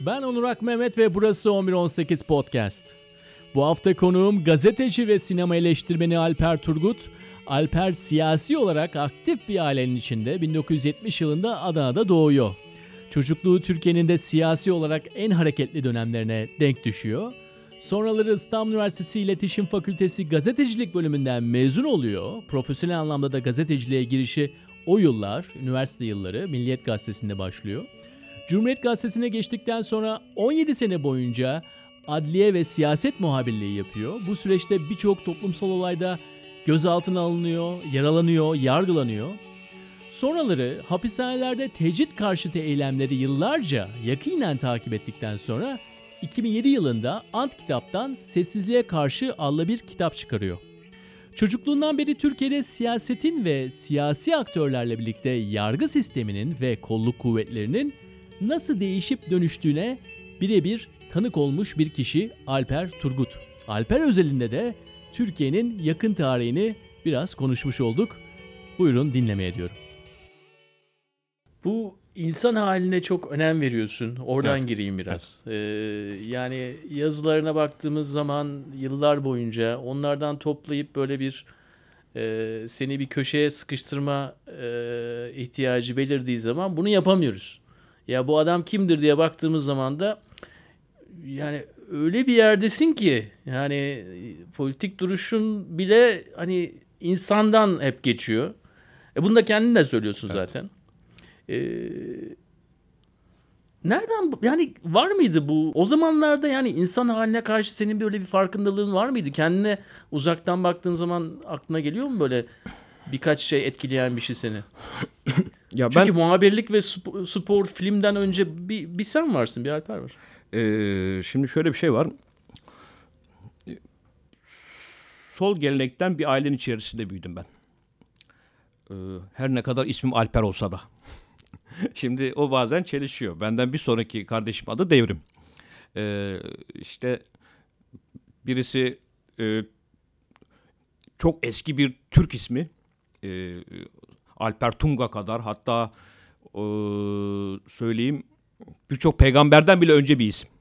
Ben Onur Akmehmet ve burası 1118 Podcast. Bu hafta konuğum gazeteci ve sinema eleştirmeni Alper Turgut. Alper siyasi olarak aktif bir ailenin içinde 1970 yılında Adana'da doğuyor. Çocukluğu Türkiye'nin de siyasi olarak en hareketli dönemlerine denk düşüyor. Sonraları İstanbul Üniversitesi İletişim Fakültesi Gazetecilik bölümünden mezun oluyor. Profesyonel anlamda da gazeteciliğe girişi o yıllar, üniversite yılları Milliyet Gazetesi'nde başlıyor. Cumhuriyet Gazetesi'ne geçtikten sonra 17 sene boyunca adliye ve siyaset muhabirliği yapıyor. Bu süreçte birçok toplumsal olayda gözaltına alınıyor, yaralanıyor, yargılanıyor. Sonraları hapishanelerde tecrit karşıtı eylemleri yıllarca yakinen takip ettikten sonra 2007 yılında Ant Kitap'tan Sessizliğe Karşı adlı bir kitap çıkarıyor. Çocukluğundan beri Türkiye'de siyasetin ve siyasi aktörlerle birlikte yargı sisteminin ve kolluk kuvvetlerinin nasıl değişip dönüştüğüne birebir tanık olmuş bir kişi Alper Turgut. Alper özelinde de Türkiye'nin yakın tarihini biraz konuşmuş olduk. Buyurun dinlemeye diyorum. Bu insan haline çok önem veriyorsun. Oradan gireyim biraz. Yani yazılarına baktığımız zaman yıllar boyunca onlardan toplayıp böyle bir seni bir köşeye sıkıştırma ihtiyacı belirdiği zaman bunu yapamıyoruz. Ya bu adam kimdir diye baktığımız zaman da yani öyle bir yerdesin ki yani politik duruşun bile hani insandan hep geçiyor. Bunu da kendin de söylüyorsun zaten. Nereden yani var mıydı bu? O zamanlarda yani insan haline karşı senin böyle bir farkındalığın var mıydı? Kendine uzaktan baktığın zaman aklına geliyor mu böyle birkaç şey etkileyen bir şey seni? Ya çünkü muhabirlik ve spor filmden önce bir sen varsın, bir Alper var. Şimdi şöyle bir şey var. Sol gelenekten bir ailenin içerisinde büyüdüm ben. Her ne kadar ismim Alper olsa da. Şimdi o bazen çelişiyor. Benden bir sonraki kardeşim adı Devrim. İşte birisi çok eski bir Türk ismi. Alper Tunga kadar, hatta söyleyeyim birçok peygamberden bile önce bir isim.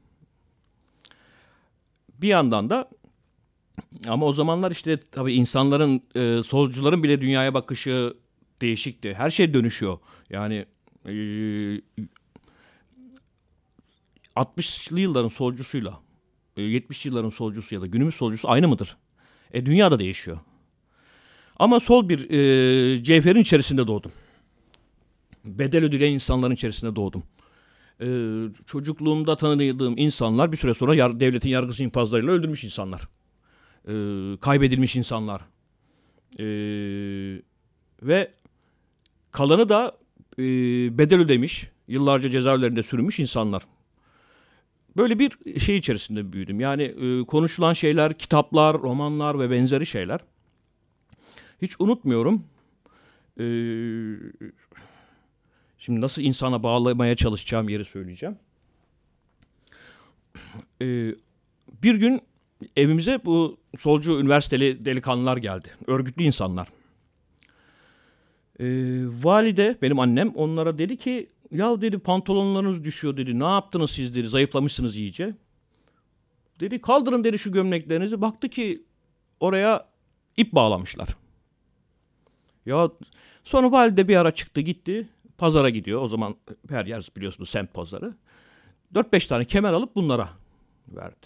Bir yandan da ama o zamanlar işte tabii insanların, solcuların bile dünyaya bakışı değişikti. Her şey dönüşüyor. Yani 60'lı yılların solcusuyla 70'li yılların solcusu ya da günümüz solcusu aynı mıdır? Dünya da değişiyor. Ama sol bir cevherin içerisinde doğdum. Bedel ödülen insanların içerisinde doğdum. Çocukluğumda tanıdığım insanlar bir süre sonra devletin yargısı infazlarıyla öldürmüş insanlar. Kaybedilmiş insanlar. Ve kalanı da bedel ödemiş, yıllarca cezaevlerinde sürünmüş insanlar. Böyle bir şey içerisinde büyüdüm. Yani konuşulan şeyler, kitaplar, romanlar ve benzeri şeyler. Hiç unutmuyorum. Şimdi nasıl insana bağlamaya çalışacağım yeri söyleyeceğim. Bir gün evimize bu solcu üniversiteli delikanlılar geldi. Örgütlü insanlar. Valide, benim annem, onlara dedi ki ya dedi pantolonlarınız düşüyor dedi. Ne yaptınız siz dedi, zayıflamışsınız iyice. Dedi kaldırın dedi şu gömleklerinizi. Baktı ki oraya ip bağlamışlar. Ya sonra valide bir ara çıktı gitti. Pazara gidiyor. O zaman her yer biliyorsunuz semt pazarı. 4-5 tane kemer alıp bunlara verdi.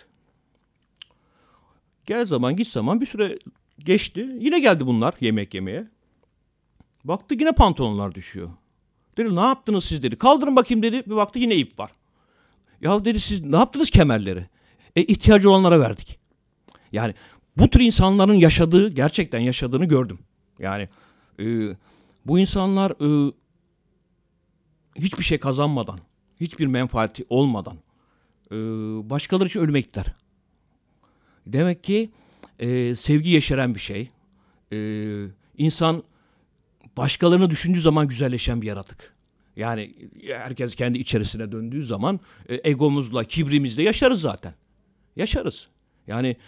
Gel zaman git zaman bir süre geçti. Yine geldi bunlar yemek yemeye. Baktı yine pantolonlar düşüyor. Dedi ne yaptınız siz dedi. Kaldırın bakayım dedi. Bir baktı yine ip var. Ya dedi siz ne yaptınız kemerleri? İhtiyacı olanlara verdik. Yani bu tür insanların yaşadığı, gerçekten yaşadığını gördüm. Yani bu insanlar hiçbir şey kazanmadan, hiçbir menfaati olmadan başkaları için ölmekteler. Demek ki sevgi yeşeren bir şey. İnsan başkalarını düşündüğü zaman güzelleşen bir yaratık. Yani herkes kendi içerisine döndüğü zaman egomuzla, kibrimizle yaşarız zaten. Yaşarız. Yani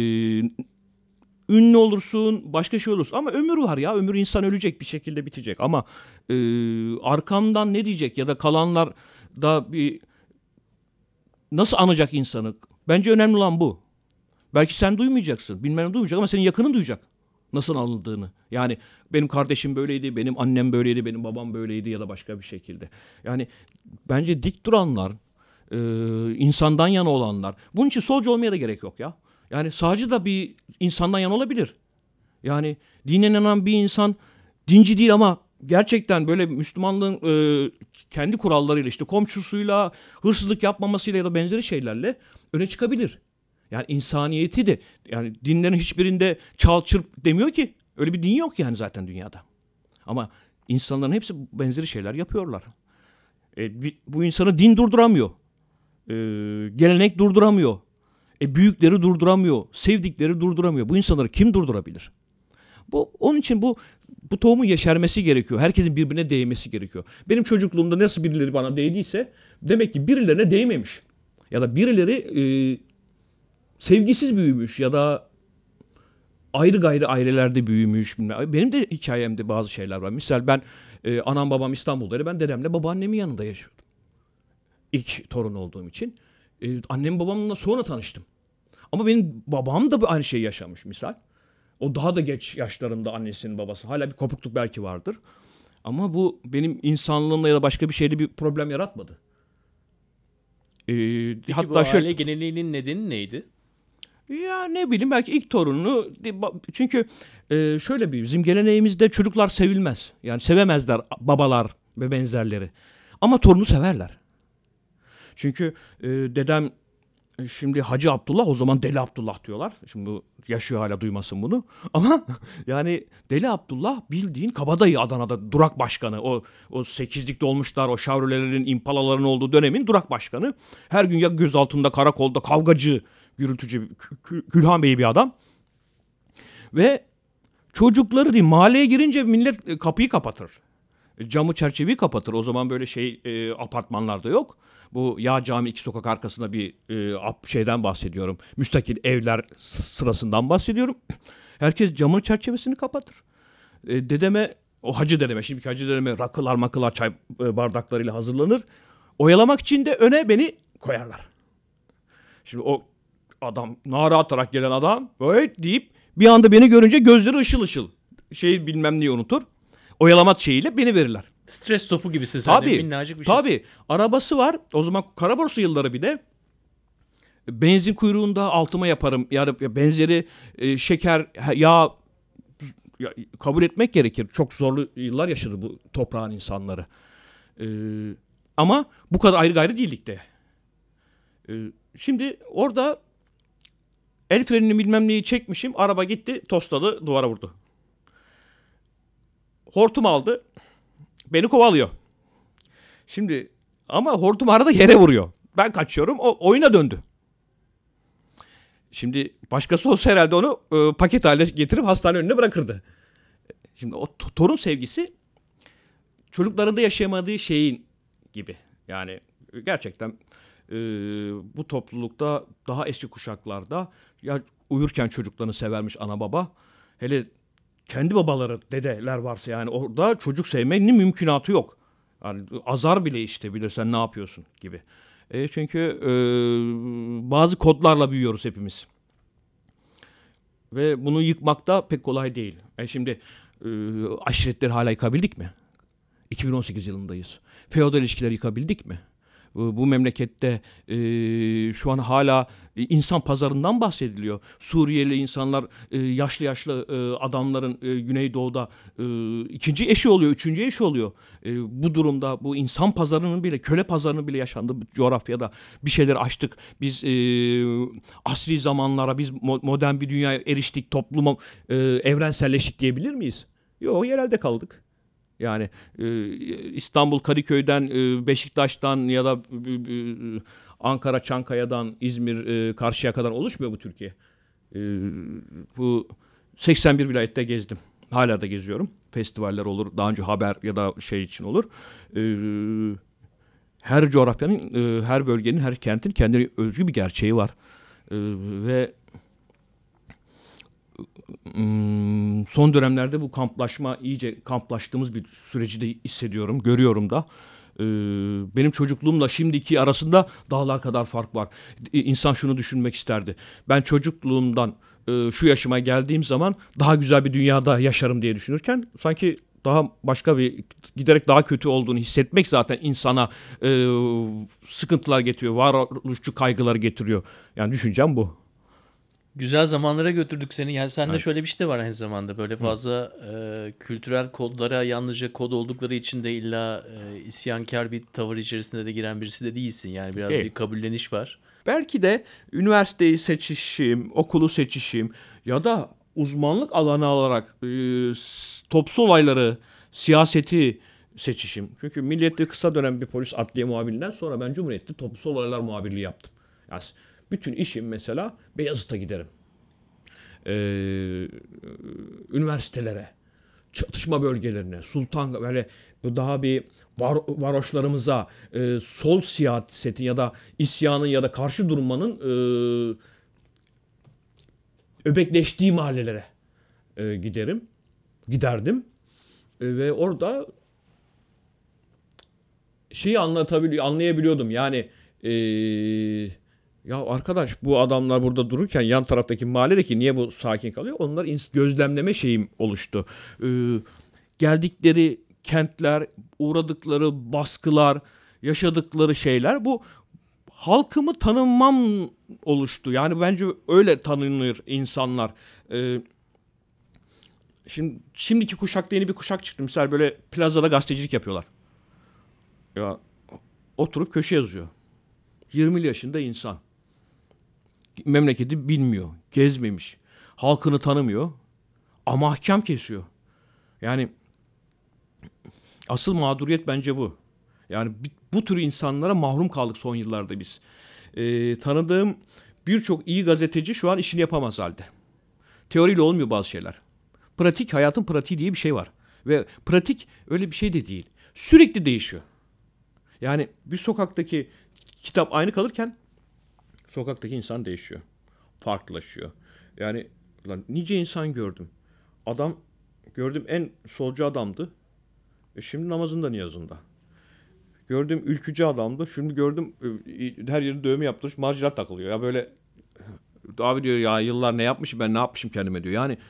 ünlü olursun, başka şey olursun. Ama ömür var ya. Ömür insan ölecek, bir şekilde bitecek. Ama arkamdan ne diyecek ya da kalanlar da bir nasıl anacak insanı? Bence önemli olan bu. Belki sen duymayacaksın, bilmem duymayacak ama senin yakının duyacak nasıl anıldığını. Yani benim kardeşim böyleydi, benim annem böyleydi, benim babam böyleydi ya da başka bir şekilde. Yani bence dik duranlar, insandan yana olanlar. Bunun için solcu olmaya da gerek yok ya. Yani sağcı da bir insandan yana olabilir. Yani dine inanan bir insan dinci değil ama gerçekten böyle Müslümanlığın kendi kurallarıyla işte komşusuyla hırsızlık yapmamasıyla ya da benzeri şeylerle öne çıkabilir. Yani insaniyeti de yani dinlerin hiçbirinde çal çırp demiyor ki. Öyle bir din yok yani zaten dünyada. Ama insanların hepsi benzeri şeyler yapıyorlar. Bu insanı din durduramıyor. Gelenek durduramıyor. Büyükleri durduramıyor. Sevdikleri durduramıyor. Bu insanları kim durdurabilir? Onun için bu tohumun yeşermesi gerekiyor. Herkesin birbirine değmesi gerekiyor. Benim çocukluğumda nasıl birileri bana değdiyse demek ki birilerine değmemiş. Ya da birileri sevgisiz büyümüş ya da ayrı gayrı ailelerde büyümüş. Benim de hikayemde bazı şeyler var. Misal ben anam babam İstanbul'daydı. Ben dedemle babaannemin yanında yaşıyordum. İlk torun olduğum için. Annem babamla sonra tanıştım. Ama benim babam da aynı şeyi yaşamış misal. O daha da geç yaşlarında annesinin babası. Hala bir kopukluk belki vardır. Ama bu benim insanlığımla ya da başka bir şeyde bir problem yaratmadı. Peki Hatta bu aile şöyle genelliğinin nedeni neydi? ya ne bileyim belki ilk torununu çünkü şöyle bizim geleneğimizde çocuklar sevilmez. Yani sevemezler babalar ve benzerleri. Ama torunu severler. Çünkü dedem şimdi Hacı Abdullah o zaman Deli Abdullah diyorlar. Şimdi bu yaşıyor hala duymasın bunu. Ama yani Deli Abdullah bildiğin kabadayı Adana'da durak başkanı. O sekizlikte olmuşlar o Chevrolet'lerin Impala'ların olduğu dönemin durak başkanı. Her gün ya gözaltında karakolda kavgacı gürültücü Külhan Bey bir adam. Ve çocukları değil mahalleye girince millet kapıyı kapatır. Camı çerçeveyi kapatır. O zaman böyle apartmanlarda yok. Bu Yağ Cami 2 sokak arkasında bir şeyden bahsediyorum. Müstakil evler sırasından bahsediyorum. Herkes camın çerçevesini kapatır. Dedeme, o hacı dedeme, şimdiki hacı dedeme rakılar makılar çay bardaklarıyla hazırlanır. Oyalamak için de öne beni koyarlar. Şimdi o adam, nara atarak gelen adam böyle deyip bir anda beni görünce gözleri ışıl ışıl. Bilmem neyi unutur. Oyalama şeyiyle beni verirler. Stres topu gibisi tabii, minnacık bir şey. Tabii. Arabası var. O zaman kara borsa yılları bir de. Benzin kuyruğunda altıma yaparım. Yani benzeri şeker, yağ kabul etmek gerekir. Çok zorlu yıllar yaşadı bu toprağın insanları. Ama bu kadar ayrı gayrı değildik de. Şimdi orada el frenini bilmem neyi çekmişim. Araba gitti, tosladı, duvara vurdu. Hortum aldı. Beni kovalıyor. Şimdi ama hortum arada yere vuruyor. Ben kaçıyorum. O oyuna döndü. Şimdi başkası olsa herhalde onu paket haline getirip hastane önüne bırakırdı. Şimdi o torun sevgisi çocuklarında yaşayamadığı şeyin gibi. Yani gerçekten bu toplulukta daha eski kuşaklarda ya uyurken çocuklarını severmiş ana baba. Hele kendi babaları, dedeler varsa yani orada çocuk sevmenin mümkünatı yok. Yani azar bile işte bilirsen ne yapıyorsun gibi. Çünkü bazı kodlarla büyüyoruz hepimiz. Ve bunu yıkmak da pek kolay değil. Şimdi aşiretleri hala yıkabildik mi? 2018 yılındayız. Feodal ilişkileri yıkabildik mi? Bu memlekette şu an hala insan pazarından bahsediliyor. Suriyeli insanlar yaşlı adamların Güneydoğu'da ikinci eşi oluyor, üçüncü eşi oluyor. Bu durumda bu insan pazarının bile, köle pazarının bile yaşandığı coğrafyada bir şeyler açtık. Biz asri zamanlara, biz modern bir dünyaya eriştik, topluma evrenselleştik diyebilir miyiz? Yok, yerelde kaldık. Yani İstanbul Kadıköy'den, Beşiktaş'tan ya da Ankara Çankaya'dan, İzmir Karşıyaka'dan oluşmuyor bu Türkiye. Bu 81 vilayette gezdim. Hala da geziyorum. Festivaller olur, daha önce haber ya da şey için olur. Her coğrafyanın, her bölgenin, her kentin kendine özgü bir gerçeği var. Ve son dönemlerde bu kamplaşma iyice kamplaştığımız bir süreci de hissediyorum, görüyorum da. Benim çocukluğumla şimdiki arasında dağlar kadar fark var. İnsan şunu düşünmek isterdi. Ben çocukluğumdan şu yaşıma geldiğim zaman daha güzel bir dünyada yaşarım diye düşünürken sanki daha başka bir, giderek daha kötü olduğunu hissetmek zaten insana sıkıntılar getiriyor. Varoluşçu kaygıları getiriyor. Yani düşüncem bu. Güzel zamanlara götürdük seni. Yani sende şöyle bir şey de var aynı zamanda. Böyle fazla kültürel kodlara yalnızca kod oldukları için de illa isyankar bir tavır içerisinde de giren birisi de değilsin. Yani biraz Değil. bir kabulleniş var. Belki de üniversiteyi seçişim, okulu seçişim ya da uzmanlık alanı alarak topsuz olayları, siyaseti seçişim. Çünkü Milliyet'te kısa dönem bir polis adliye muhabirinden sonra ben Cumhuriyet'te topsuz olaylar muhabirliği yaptım. Yani bütün işim mesela Beyazıt'a giderim. Üniversitelere, çatışma bölgelerine, Sultan böyle daha bir varoşlarımıza sol siyasetin ya da isyanın ya da karşı durmanın öbekleştiği mahallelere giderdim. Ve orada anlayabiliyordum. Yani ya arkadaş bu adamlar burada dururken yan taraftaki mahalledeki niye bu sakin kalıyor? Onlar gözlemleme şeyim oluştu. Geldikleri kentler, uğradıkları baskılar, yaşadıkları şeyler bu halkımı tanımam oluştu. Yani bence öyle tanınır insanlar. Şimdiki kuşakta yeni bir kuşak çıktı. Mesela böyle plazada gazetecilik yapıyorlar. Ya oturup köşe yazıyor. 20 yaşında insan. Memleketi bilmiyor, gezmemiş, halkını tanımıyor ama ahkam kesiyor. Yani asıl mağduriyet bence bu. Yani bu tür insanlara mahrum kaldık son yıllarda biz. Tanıdığım birçok iyi gazeteci şu an işini yapamaz halde. Teoriyle olmuyor bazı şeyler. Pratik, hayatın pratiği diye bir şey var. Ve pratik öyle bir şey de değil. Sürekli değişiyor. Yani bir sokaktaki kitap aynı kalırken sokaktaki insan değişiyor. Farklılaşıyor. Yani nice insan gördüm. Adam gördüm en solcu adamdı. Şimdi namazında niyazında. Gördüğüm ülkücü adamdı. Şimdi gördüm her yeri dövme yaptırmış marjinal takılıyor. Ya böyle abi diyor ya yıllar ne yapmışım ben ne yapmışım kendime diyor. Yani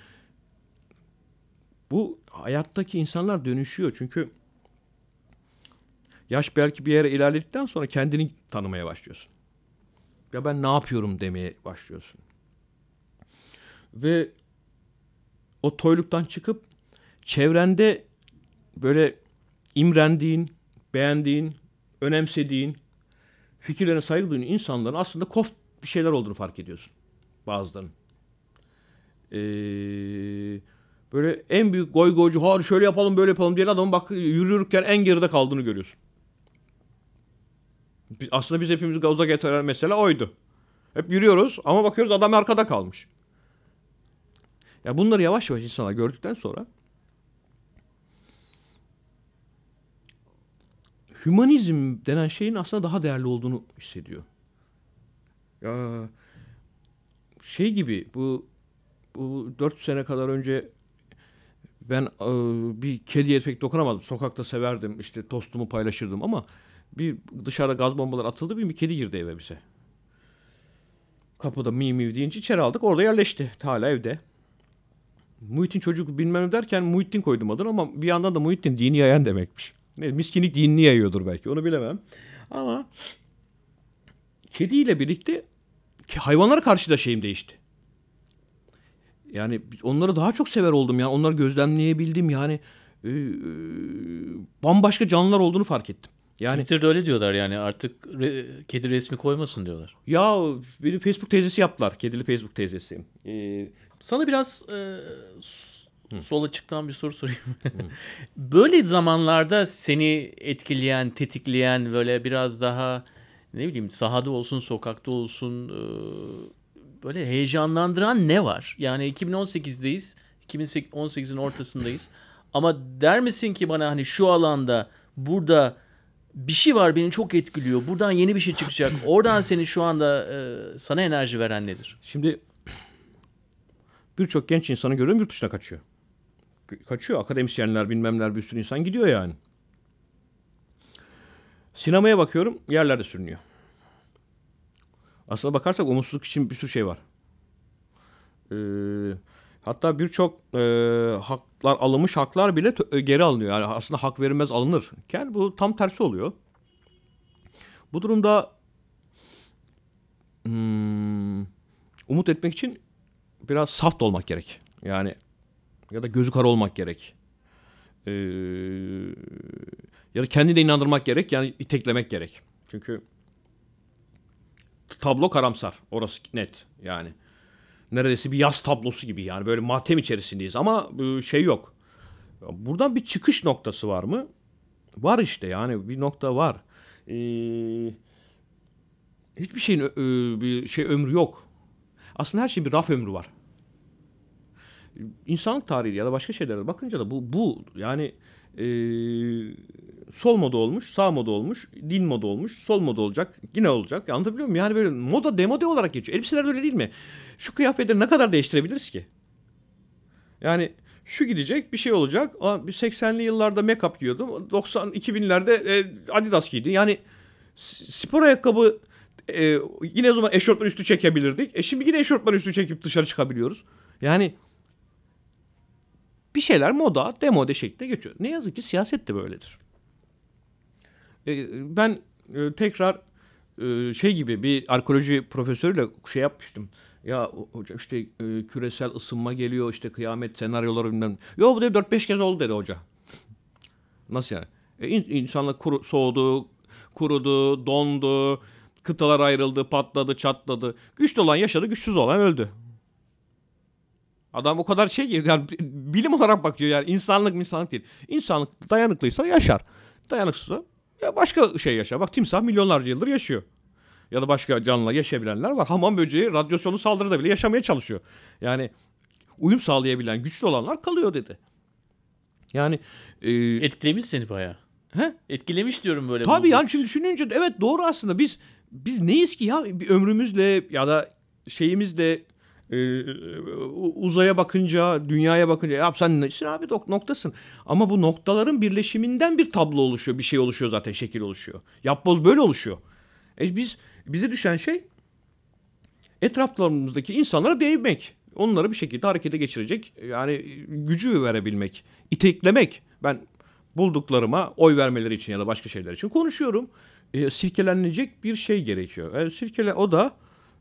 bu hayattaki insanlar dönüşüyor. Çünkü yaş belki bir yere ilerledikten sonra kendini tanımaya başlıyorsun. Ya ben ne yapıyorum demeye başlıyorsun. Ve o toyluktan çıkıp çevrende böyle imrendiğin, beğendiğin, önemsediğin, fikirlerine saygı duyduğun insanların aslında koft bir şeyler olduğunu fark ediyorsun. Bazılarının. Böyle en büyük goygoycu, hadi şöyle yapalım böyle yapalım diyen adamın bak yürürken en geride kaldığını görüyorsun. Aslında biz hepimizi gaza getiren mesela oydu. Hep yürüyoruz ama bakıyoruz adam arkada kalmış. Ya bunları yavaş yavaş insanlar gördükten sonra hümanizm denen şeyin aslında daha değerli olduğunu hissediyor. Ya şey gibi bu 4 sene kadar önce ben bir kediye pek dokunamadım. Sokakta severdim. İşte tostumu paylaşırdım ama bir dışarıda gaz bombalar atıldı. Bir kedi girdi eve bize. Kapıda miv miv deyince içeri aldık. Orada yerleşti. Hala evde. Muhittin çocuk bilmem ne derken Muhittin koydum adını ama bir yandan da Muhittin dini yayan demekmiş. Ne, miskinlik dinini yayıyordur belki. Onu bilemem. Ama kediyle birlikte hayvanlara karşı da şeyim değişti. Yani onları daha çok sever oldum. Yani onları gözlemleyebildim. Yani bambaşka canlılar olduğunu fark ettim. Yani Twitter'da öyle diyorlar yani artık kedi resmi koymasın diyorlar. ya beni Facebook teyzesi yaptılar. Kedili Facebook teyzesi. Sana biraz sol açıktan bir soru sorayım. Böyle zamanlarda seni etkileyen, tetikleyen böyle biraz daha ne bileyim sahada olsun, sokakta olsun böyle heyecanlandıran ne var? Yani 2018'deyiz. 2018'in ortasındayız. Ama der misin ki bana hani şu alanda burada bir şey var beni çok etkiliyor. Buradan yeni bir şey çıkacak. Oradan seni şu anda sana enerji veren nedir? Şimdi birçok genç insanı görüyorum yurt dışına kaçıyor. Kaçıyor. Akademisyenler bilmemler bir sürü insan gidiyor yani. Sinemaya bakıyorum, yerlerde sürünüyor. Aslına bakarsak umutsuzluk için bir sürü şey var. Hatta birçok haklar, alınmış haklar bile geri alınıyor. Yani aslında hak verilmez alınırken bu tam tersi oluyor. Bu durumda umut etmek için biraz saf da olmak gerek. Yani ya da gözü kara olmak gerek. Ya da kendine inandırmak gerek. Yani iteklemek gerek. Çünkü tablo karamsar. Orası net. Yani neredeyse bir yaz tablosu gibi. Yani böyle matem içerisindeyiz ama şey yok. Buradan bir çıkış noktası var mı? Var işte, yani bir nokta var. Hiçbir şeyin bir şey ömrü yok. Aslında her şeyin bir raf ömrü var. İnsanlık tarihi ya da başka şeylere bakınca da bu yani sol moda olmuş, sağ moda olmuş, din moda olmuş, sol moda olacak, yine olacak. Anlatabiliyor muyum? Yani böyle moda demode olarak geçiyor. Elbiseler de öyle değil mi? Şu kıyafetleri ne kadar değiştirebiliriz ki? Yani şu gidecek, bir şey olacak. Bir 80'li yıllarda make-up giyiyordum. 2000'lerde Adidas giydi. Yani spor ayakkabı yine o zaman eşortman üstü çekebilirdik. Şimdi yine eşortman üstü çekip dışarı çıkabiliyoruz. Yani bir şeyler moda, demode şeklinde geçiyor. Ne yazık ki siyaset de böyledir. Ben tekrar şey gibi bir arkeoloji profesörüyle şey yapmıştım. Ya hocam işte küresel ısınma geliyor, işte kıyamet senaryoları bilmem. Yo bu dedi 4-5 kez oldu dedi hoca. Nasıl yani? İnsanlar soğudu, kurudu, dondu, kıtalar ayrıldı, patladı, çatladı. Güçlü olan yaşadı, güçsüz olan öldü. Adam o kadar şey ki yani bilim olarak bakıyor, yani insanlık değil. İnsanlık dayanıklıysa yaşar. Dayanıksızsa ya başka şey yaşar. Bak timsah milyonlarca yıldır yaşıyor. Ya da başka canlılar yaşayabilenler var. Hamam böceği radyasyonlu saldırıda bile yaşamaya çalışıyor. Yani uyum sağlayabilen güçlü olanlar kalıyor dedi. Yani Etkilemiş seni bayağı. He? Etkilemiş diyorum böyle. Tabii yani şimdi düşününce evet doğru aslında. Biz neyiz ki ya? Bir ömrümüzle ya da şeyimizle uzaya bakınca, dünyaya bakınca ya sen nesin abi, noktasın. Ama bu noktaların birleşiminden bir tablo oluşuyor, bir şey oluşuyor zaten, şekil oluşuyor. Yapboz böyle oluşuyor. Bize düşen şey etraflarımızdaki insanlara değmek. Onları bir şekilde harekete geçirecek, yani gücü verebilmek, iteklemek. Ben bulduklarıma oy vermeleri için ya da başka şeyler için konuşuyorum. Sirkelenecek bir şey gerekiyor. O da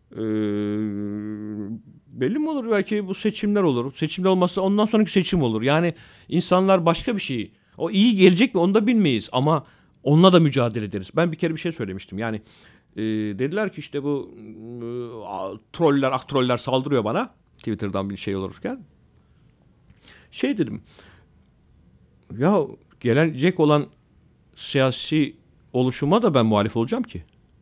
belli mi olur? Belki bu seçimler olur. Seçimler olmazsa ondan sonraki seçim olur. Yani insanlar başka bir şey. O iyi gelecek mi onu da bilmeyiz ama onunla da mücadele ederiz. Ben bir kere bir şey söylemiştim. Yani dediler ki işte bu troller saldırıyor bana. Twitter'dan bir şey olurken. Şey dedim. Ya gelecek olan siyasi oluşuma da ben muhalif olacağım ki.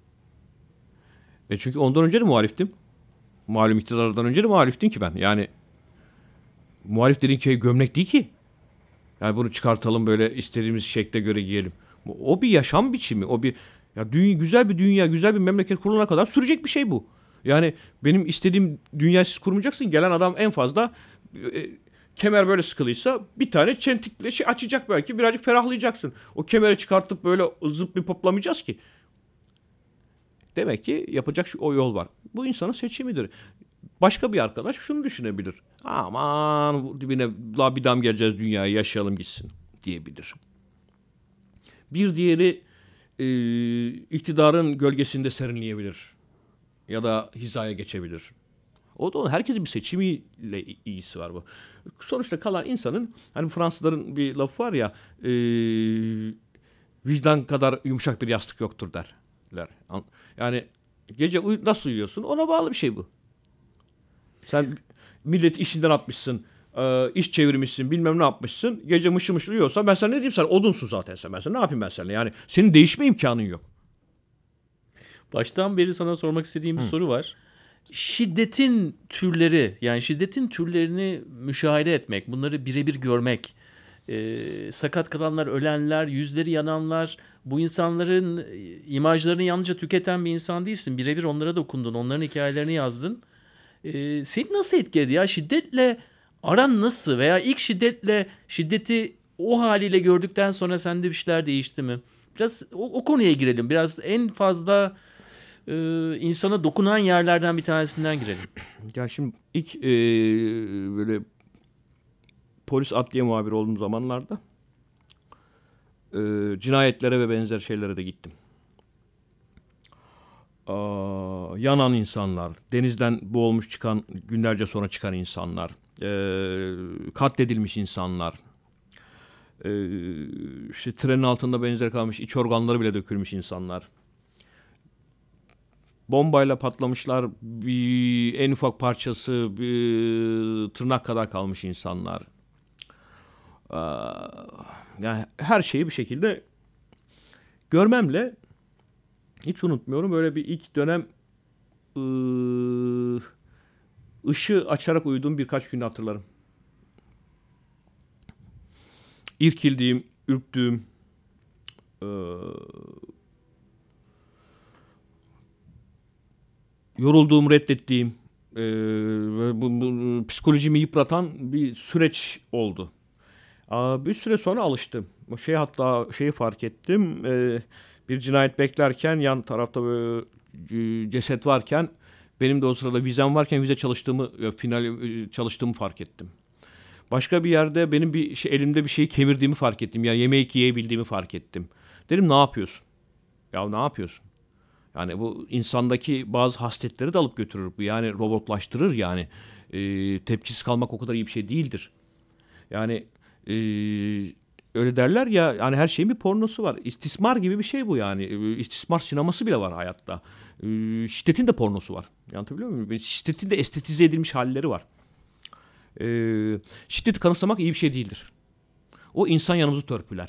Çünkü ondan önce de muhaliftim. Malum iktidardan önce de muhaliftim ki ben. Yani muhalif dediğin şey gömlek değil ki. Yani bunu çıkartalım böyle istediğimiz şekle göre giyelim. O bir yaşam biçimi. O bir güzel bir dünya, güzel bir memleket kurulana kadar sürecek bir şey bu. Yani benim istediğim dünya siz kurmayacaksın. Gelen adam en fazla kemer böyle sıkılıysa bir tane çentikle şey açacak belki. Birazcık ferahlayacaksın. O kemeri çıkartıp böyle zıp bir poplamayacağız ki. Demek ki yapacak o yol var. Bu insanın seçimidir. Başka bir arkadaş şunu düşünebilir. Aman dibine bir dam geleceğiz dünyaya, yaşayalım gitsin diyebilir. Bir diğeri iktidarın gölgesinde serinleyebilir. Ya da hizaya geçebilir. O da herkesin bir seçimiyle ilgisi var bu. Sonuçta kalan insanın, hani Fransızların bir lafı var ya, vicdan kadar yumuşak bir yastık yoktur derler. Yani gece nasıl uyuyorsun? Ona bağlı bir şey bu. Sen milleti işinden atmışsın, iş çevirmişsin, bilmem ne yapmışsın. Gece mışıl mışıl uyuyorsan ben sana ne diyeyim, sen odunsun zaten sen. Ben sana ne yapayım ben seninle? Yani senin değişme imkanın yok. Baştan beri sana sormak istediğim bir soru var. Şiddetin türleri, yani şiddetin türlerini müşahede etmek, bunları birebir görmek, sakat kalanlar, ölenler, yüzleri yananlar, bu insanların imajlarını yalnızca tüketen bir insan değilsin. Birebir onlara dokundun, onların hikayelerini yazdın. Seni nasıl etkiledi ya? Şiddetle aran nasıl? Veya ilk şiddeti o haliyle gördükten sonra sende bir şeyler değişti mi? Biraz o konuya girelim. Biraz en fazla insana dokunan yerlerden bir tanesinden girelim. Ya şimdi ilk böyle polis adliye muhabiri olduğum zamanlarda cinayetlere ve benzer şeylere de gittim. Yanan insanlar, denizden boğulmuş çıkan, günlerce sonra çıkan insanlar, katledilmiş insanlar, işte trenin altında benzer kalmış, iç organları bile dökülmüş insanlar. Bombayla patlamışlar, bir en ufak parçası bir tırnak kadar kalmış insanlar. Yani her şeyi bir şekilde görmemle hiç unutmuyorum. Böyle bir ilk dönem ışığı açarak uyuduğum birkaç günü hatırlarım. İrkildiğim, ürktüğüm, yorulduğum, reddettiğim, bu psikolojimi yıpratan bir süreç oldu. Bir süre sonra alıştım. Hatta şeyi fark ettim. Bir cinayet beklerken yan tarafta böyle ceset varken benim de o sırada vizem varken vize çalıştığımı fark ettim. Başka bir yerde benim elimde bir şeyi kemirdiğimi fark ettim. Yani yemeği yiyebildiğimi fark ettim. Dedim ne yapıyorsun? Ya ne yapıyorsun? Yani bu insandaki bazı hasletleri de alıp götürür. Bu yani robotlaştırır yani. Tepkisiz kalmak o kadar iyi bir şey değildir. Yani öyle derler ya, yani her şeyin bir pornosu var. İstismar gibi bir şey bu yani. İstismar sineması bile var hayatta. Şiddetin de pornosu var. Anlatabiliyor muyum? Şiddetin de estetize edilmiş halleri var. Şiddeti kanıksamak iyi bir şey değildir. O insan yanımızı törpüler.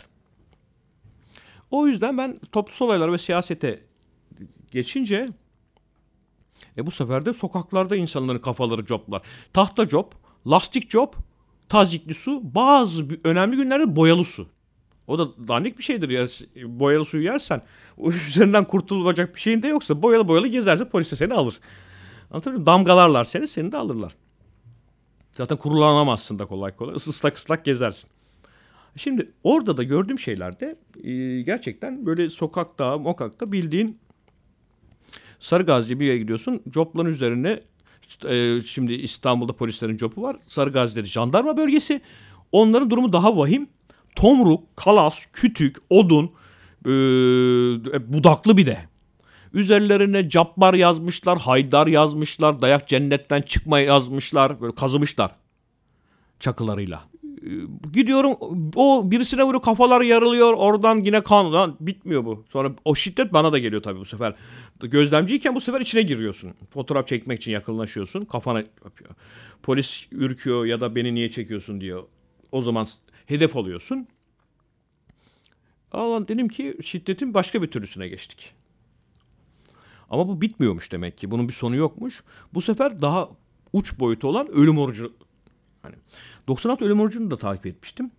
O yüzden ben toplumsal olaylar ve siyasete geçince bu sefer de sokaklarda insanların kafaları coplar. Tahta cop, lastik cop, tazikli su, bazı önemli günlerde boyalı su. O da dandik bir şeydir ya. Boyalı suyu yersen o üzerinden kurtulacak bir şeyin de yoksa boyalı gezerse polis de seni alır. Anlatabiliyor muyum? Damgalarlar seni de alırlar. Zaten kurulanamazsın da kolay kolay. Islak gezersin. Şimdi orada da gördüğüm şeylerde gerçekten böyle mokakta bildiğin Sarıgazi'ye bir yere gidiyorsun. Copların üzerine şimdi İstanbul'da polislerin copu var. Sarıgazi'de jandarma bölgesi. Onların durumu daha vahim. Tomruk, kalas, kütük, odun, budaklı bir de. Üzerlerine Cabbar yazmışlar, Haydar yazmışlar, dayak cennetten çıkma yazmışlar. Böyle kazımışlar çakılarıyla. Gidiyorum, o birisine vuruyor, kafalar yarılıyor, oradan yine kan, bitmiyor bu. Sonra o şiddet bana da geliyor tabii bu sefer. Gözlemciyken bu sefer içine giriyorsun. Fotoğraf çekmek için yakınlaşıyorsun, kafana yapıyor. Polis ürküyor ya da beni niye çekiyorsun diyor. O zaman hedef alıyorsun. Allah, dedim ki şiddetin başka bir türlüsüne geçtik. Ama bu bitmiyormuş demek ki. Bunun bir sonu yokmuş. Bu sefer daha uç boyutu olan ölüm orucu. Hani 96 ölüm orucunu da takip etmiştim.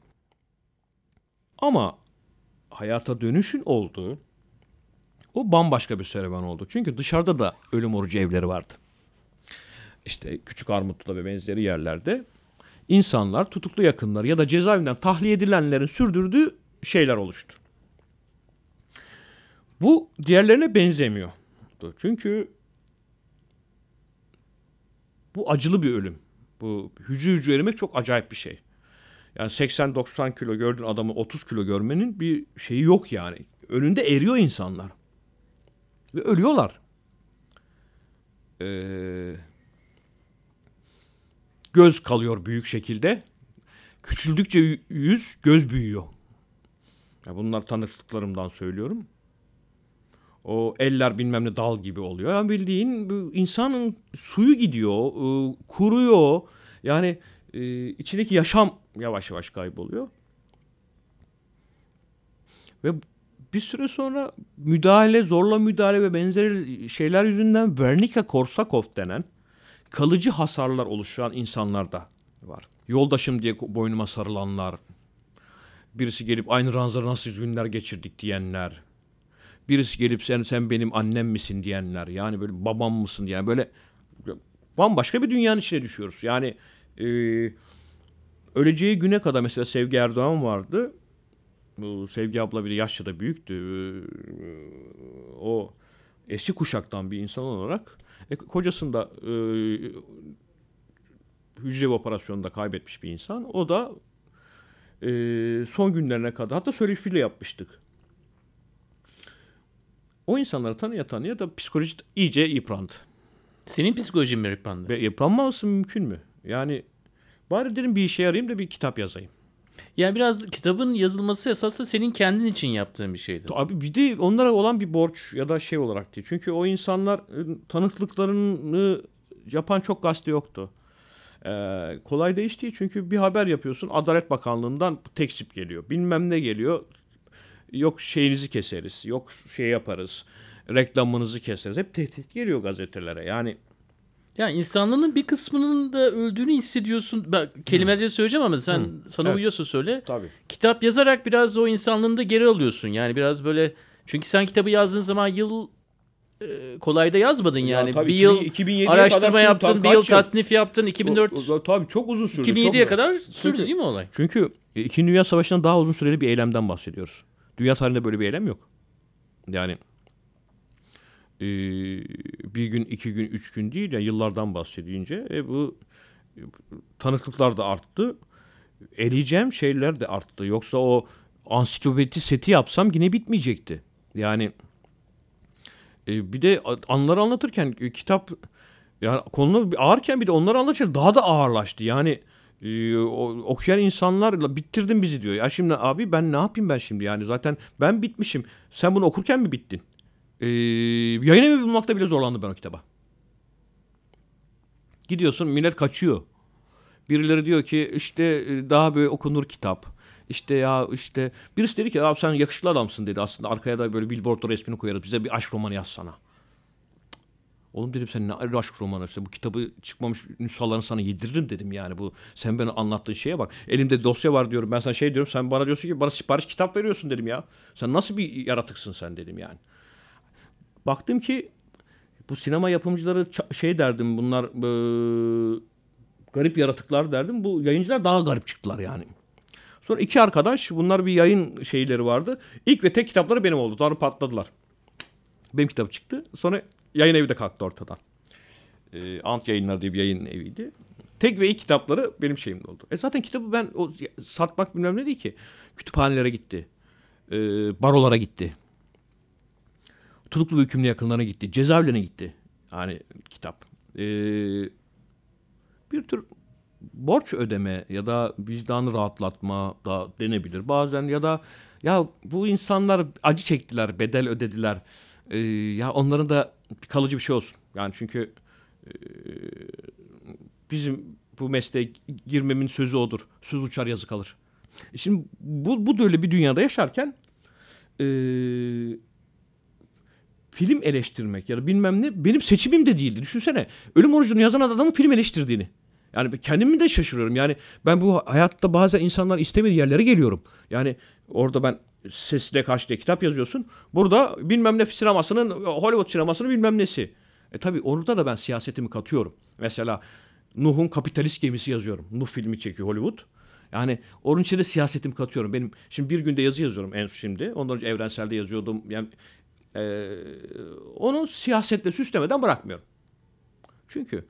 Ama hayata dönüşün olduğu o bambaşka bir serüven oldu. Çünkü dışarıda da ölüm orucu evleri vardı. İşte Küçük Armutlu'da ve benzeri yerlerde insanlar, tutuklu yakınları ya da cezaevinden tahliye edilenlerin sürdürdüğü şeyler oluştu. Bu diğerlerine benzemiyor. Çünkü bu acılı bir ölüm. Bu hücre erimek çok acayip bir şey. Yani 80-90 kilo gördüğün adamı 30 kilo görmenin bir şeyi yok yani. Önünde eriyor insanlar. Ve ölüyorlar. Göz kalıyor büyük şekilde. Küçüldükçe göz büyüyor. Ya bunlar tanıklıklarımdan söylüyorum. O eller bilmem ne dal gibi oluyor. Yani bildiğin bu insanın suyu gidiyor, kuruyor. Yani içindeki yaşam yavaş yavaş kayboluyor. Ve bir süre sonra zorla müdahale ve benzeri şeyler yüzünden Wernicke-Korsakoff denen kalıcı hasarlar oluşturan insanlar da var. Yoldaşım diye boynuma sarılanlar, birisi gelip aynı ranzada nasıl günler geçirdik diyenler, birisi gelip sen benim annem misin diyenler, yani böyle babam mısın diyen, böyle bambaşka bir dünyanın içine düşüyoruz. Yani öleceği güne kadar mesela Sevgi Erdoğan vardı. Bu Sevgi abla bile yaşça da büyüktü. O eski kuşaktan bir insan olarak kocasını da hücre operasyonunda kaybetmiş bir insan. O da son günlerine kadar hatta söyleşiyle yapmıştık. O insanları tanıya da psikoloji iyice yıprandı. Senin psikolojin mi yıprandı? Ve yıpranmaması mümkün mü? Yani bari dedim bir işe yarayayım da bir kitap yazayım. Yani biraz kitabın yazılması esasında senin kendin için yaptığın bir şeydi. Abi bir de onlara olan bir borç ya da şey olarak değil. Çünkü o insanlar tanıklıklarını yapan çok gazete yoktu. Kolay değişti çünkü bir haber yapıyorsun. Adalet Bakanlığı'ndan tekzip geliyor. Bilmem ne geliyor. Yok şeyinizi keseriz. Yok şey yaparız. Reklamınızı keseriz. Hep tehdit geliyor gazetelere. Yani insanlığın bir kısmının da öldüğünü hissediyorsun. Ben kelimeleri söyleyeceğim ama sana uyuyorsa söyle. tabii. Kitap yazarak biraz o insanlığını da geri alıyorsun. Yani biraz böyle, çünkü sen kitabı yazdığın zaman yıl kolay da yazmadın yani. Tabii, bir yıl 2007'ye araştırma kadar yaptın, sürdü. bir yıl Kaç yıl? tasnif yaptın, 2004 Tabii çok uzun sürdü. 2007'ye çok kadar sürdü değil mi olay? Çünkü İkinci Dünya Savaşı'ndan daha uzun süreli bir eylemden bahsediyoruz. Dünya tarihinde böyle bir eylem yok. Yani bir gün, 2 gün, 3 gün değil, yani yıllardan bahsedince bu tanıklıklar da arttı. Eleyeceğim şeyler de arttı. Yoksa o ansiklopedi seti yapsam yine bitmeyecekti. Yani bir de anıları anlatırken kitap, yani konu ağırken bir de onları anlatırken daha da ağırlaştı. Yani okuyan insanlar bitirdin bizi diyor. Ya şimdi abi ben ne yapayım ben şimdi, yani zaten ben bitmişim. Sen bunu okurken mi bittin? Yayın evi bulmakta bile zorlandım ben o kitaba. Gidiyorsun, millet kaçıyor. Birileri diyor ki işte daha böyle okunur kitap. İşte ya işte birisi dedi ki abi sen yakışıklı adamsın dedi, aslında arkaya da böyle billboardlara resmini koyarız, bize bir aşk romanı yazsana. Oğlum dedim, sen ne aşk romanı, işte bu kitabı çıkmamış nüshalarını sana yediririm dedim, yani bu sen bana anlattığın şeye bak. Elimde dosya var diyorum, ben sana şey diyorum, sen bana diyorsun ki bana sipariş kitap veriyorsun dedim ya. Sen nasıl bir yaratıksın sen dedim yani. Baktım ki bu sinema yapımcıları şey derdim, bunlar garip yaratıklar derdim. Bu yayıncılar daha garip çıktılar yani. Sonra 2 arkadaş, bunlar bir yayın şeyleri vardı. İlk ve tek kitapları benim oldu. Sonra patladılar. Benim kitap çıktı. Sonra yayın evi de kalktı ortadan. Ant Yayınlar diye bir yayın eviydi. Tek ve ilk kitapları benim şeyimde oldu. Zaten kitabı ben satmak bilmem ne değil ki. Kütüphanelere gitti. Barolara gitti. Tutuklu ve hükümlü yakınlarına gitti. Cezaevlerine gitti. Yani kitap. Bir tür borç ödeme ya da vicdanı rahatlatma da denebilir. Bazen ya da ya bu insanlar acı çektiler, bedel ödediler. Ya onların da kalıcı bir şey olsun. Yani çünkü bizim bu mesleğe girmemin sözü odur. Söz uçar yazı kalır. Şimdi bu böyle bir dünyada yaşarken film eleştirmek ya da bilmem ne benim seçimim de değildi. Düşünsene, ölüm orucunu yazan adamın film eleştirdiğini. Yani kendimi de şaşırıyorum. Yani ben bu hayatta bazen insanlar istemediği yerlere geliyorum. Yani orada ben Sesle Karşı diye kitap yazıyorsun. Burada bilmem ne sinemasının, Hollywood sinemasının bilmem nesi. Tabii orada da ben siyasetimi katıyorum. Mesela Nuh'un Kapitalist Gemisi yazıyorum. Nuh filmi çekiyor Hollywood. Yani onun içine siyasetimi katıyorum. Benim şimdi bir günde yazı yazıyorum en şimdi. Ondan önce Evrensel'de yazıyordum. Yani onu siyasetle süslemeden bırakmıyorum. Çünkü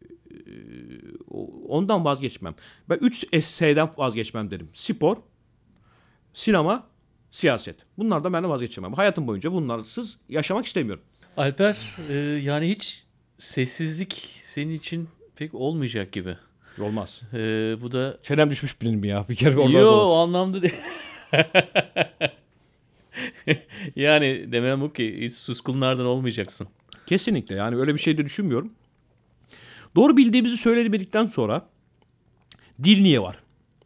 ondan vazgeçmem. Ben 3 S'den vazgeçmem derim. Spor, sinema, siyaset. Bunlardan ben de vazgeçemem. Hayatım boyunca bunlarsız yaşamak istemiyorum. Alper, yani hiç sessizlik senin için pek olmayacak gibi. Olmaz. Bu da... Çenem düşmüş benim ya. Bir kere oradan Yo, o anlamda değil. Yani demem bu ki hiç suskunlardan olmayacaksın. Kesinlikle, yani öyle bir şey de düşünmüyorum. Doğru bildiğimizi söyledikten sonra dil niye var?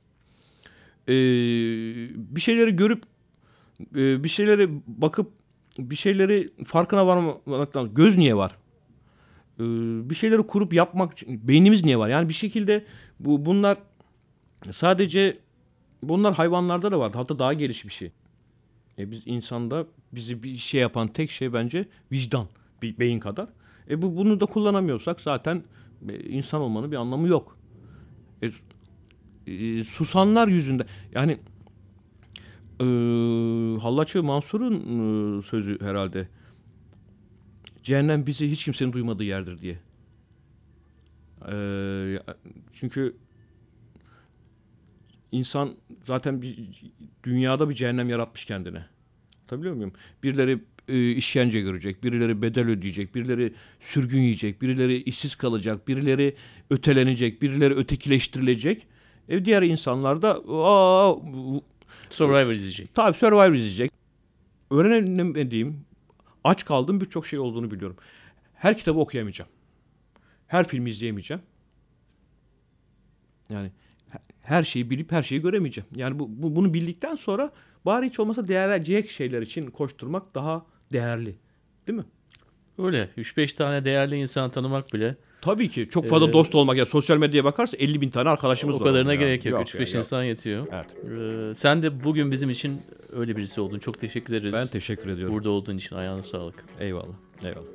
Bir şeyleri görüp bir şeyleri bakıp bir şeyleri farkına varmaktan göz niye var? Bir şeyleri kurup yapmak için beynimiz niye var? Yani bir şekilde bunlar sadece bunlar hayvanlarda da var. Hatta daha geniş bir şey. Biz insanda bizi bir şey yapan tek şey bence vicdan. Bir beyin kadar. Bunu da kullanamıyorsak zaten insan olmanın bir anlamı yok. Susanlar yüzünde yani Hallaçı Mansur'un sözü herhalde. Cehennem bizi hiç kimsenin duymadığı yerdir diye. Çünkü insan zaten dünyada bir cehennem yaratmış kendine. Tabii muyum? Birileri işkence görecek, birileri bedel ödeyecek, birileri sürgün yiyecek, birileri işsiz kalacak, birileri ötelenecek, birileri ötekileştirilecek. Diğer insanlar da Survivor izleyecek. tabii Survivor izleyecek. Öğrenemediğim, aç kaldığım birçok şey olduğunu biliyorum. Her kitabı okuyamayacağım. Her filmi izleyemeyeceğim. Yani her şeyi bilip her şeyi göremeyeceğim. Yani bunu bildikten sonra bari hiç olmasa değerlenecek şeyler için koşturmak daha değerli. Değil mi? Öyle. 3-5 tane değerli insan tanımak bile Tabii ki. Çok fazla dost olmak. Yani sosyal medyaya bakarsa 50.000 tane arkadaşımız o var. kadarına Yani. gerek yok. Yok 3-5 yani, yok. insan yetiyor. Evet. Sen de bugün bizim için öyle birisi oldun. Çok teşekkür ederiz. Ben teşekkür ediyorum. Burada olduğun için ayağına sağlık. Eyvallah. Eyvallah.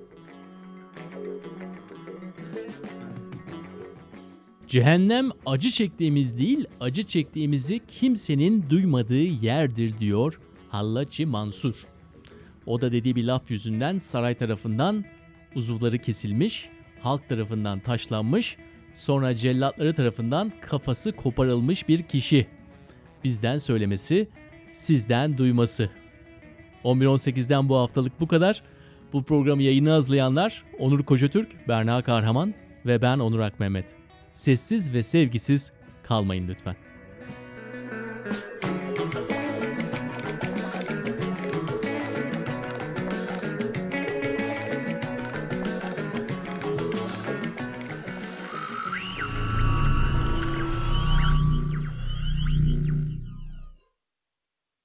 Cehennem acı çektiğimiz değil, acı çektiğimizi kimsenin duymadığı yerdir diyor Hallaçı Mansur. O da dediği bir laf yüzünden saray tarafından uzuvları kesilmiş, halk tarafından taşlanmış, sonra cellatları tarafından kafası koparılmış bir kişi. Bizden söylemesi, sizden duyması. 11.18'den bu haftalık bu kadar. Bu programı yayına hazırlayanlar Onur Kocatürk, Berna Kahraman ve ben Onur Akmehmet. Sessiz ve sevgisiz kalmayın lütfen.